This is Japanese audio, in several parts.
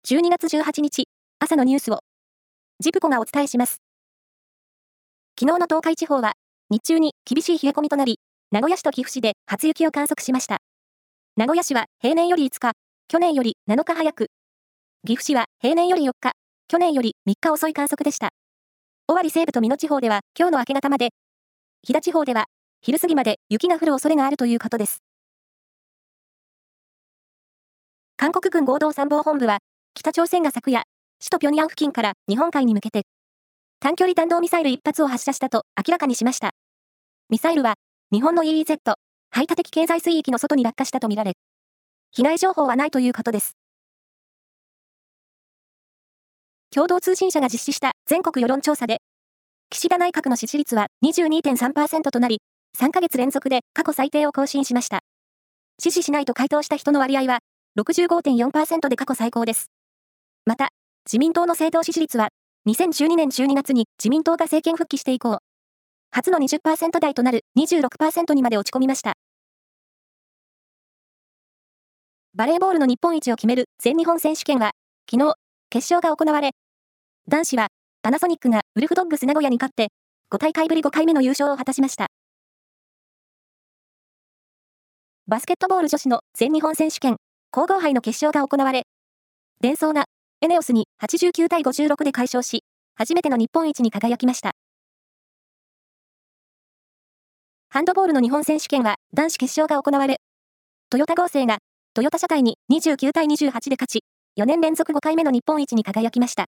12月18日、朝のニュースを、ジプコがお伝えします。昨日の東海地方は、日中に厳しい冷え込みとなり、名古屋市と岐阜市で初雪を観測しました。名古屋市は平年より5日、去年より7日早く、岐阜市は平年より4日、去年より3日遅い観測でした。尾張西部と美濃地方では今日の明け方まで、飛騨地方では昼過ぎまで雪が降る恐れがあるということです。韓国軍合同参謀本部は、北朝鮮が昨夜、首都平壌付近から日本海に向けて、短距離弾道ミサイル1発を発射したと明らかにしました。ミサイルは、日本の EEZ、排他的経済水域の外に落下したとみられ、被害情報はないということです。共同通信社が実施した全国世論調査で、岸田内閣の支持率は 22.3% となり、3ヶ月連続で過去最低を更新しました。支持しないと回答した人の割合は 65.4% で過去最高です。また、自民党の政党支持率は、2012年12月に自民党が政権復帰して以降、初の 20% 台となる 26% にまで落ち込みました。バレーボールの日本一を決める全日本選手権は、昨日、決勝が行われ、男子はパナソニックがウルフドッグス名古屋に勝って、5大会ぶり5回目の優勝を果たしました。バスケットボール女子の全日本選手権、皇后杯の決勝が行われ、デンソーがエネオスに89対56で快勝し、初めての日本一に輝きました。ハンドボールの日本選手権は男子決勝が行われ、トヨタ合成がトヨタ車体に29対28で勝ち、4年連続5回目の日本一に輝きました。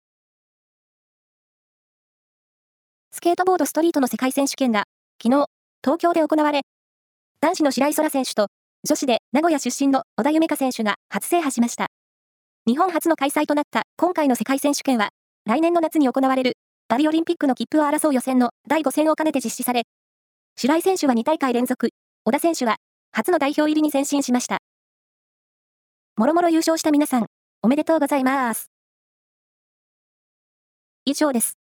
スケートボードストリートの世界選手権が昨日、東京で行われ、男子の白井空良選手と女子で名古屋出身の織田夢海選手が初制覇しました。日本初の開催となった今回の世界選手権は、来年の夏に行われるパリオリンピックの切符を争う予選の第5戦を兼ねて実施され、白井選手は2大会連続、織田選手は初の代表入りに前進しました。もろもろ優勝した皆さん、おめでとうございます。以上です。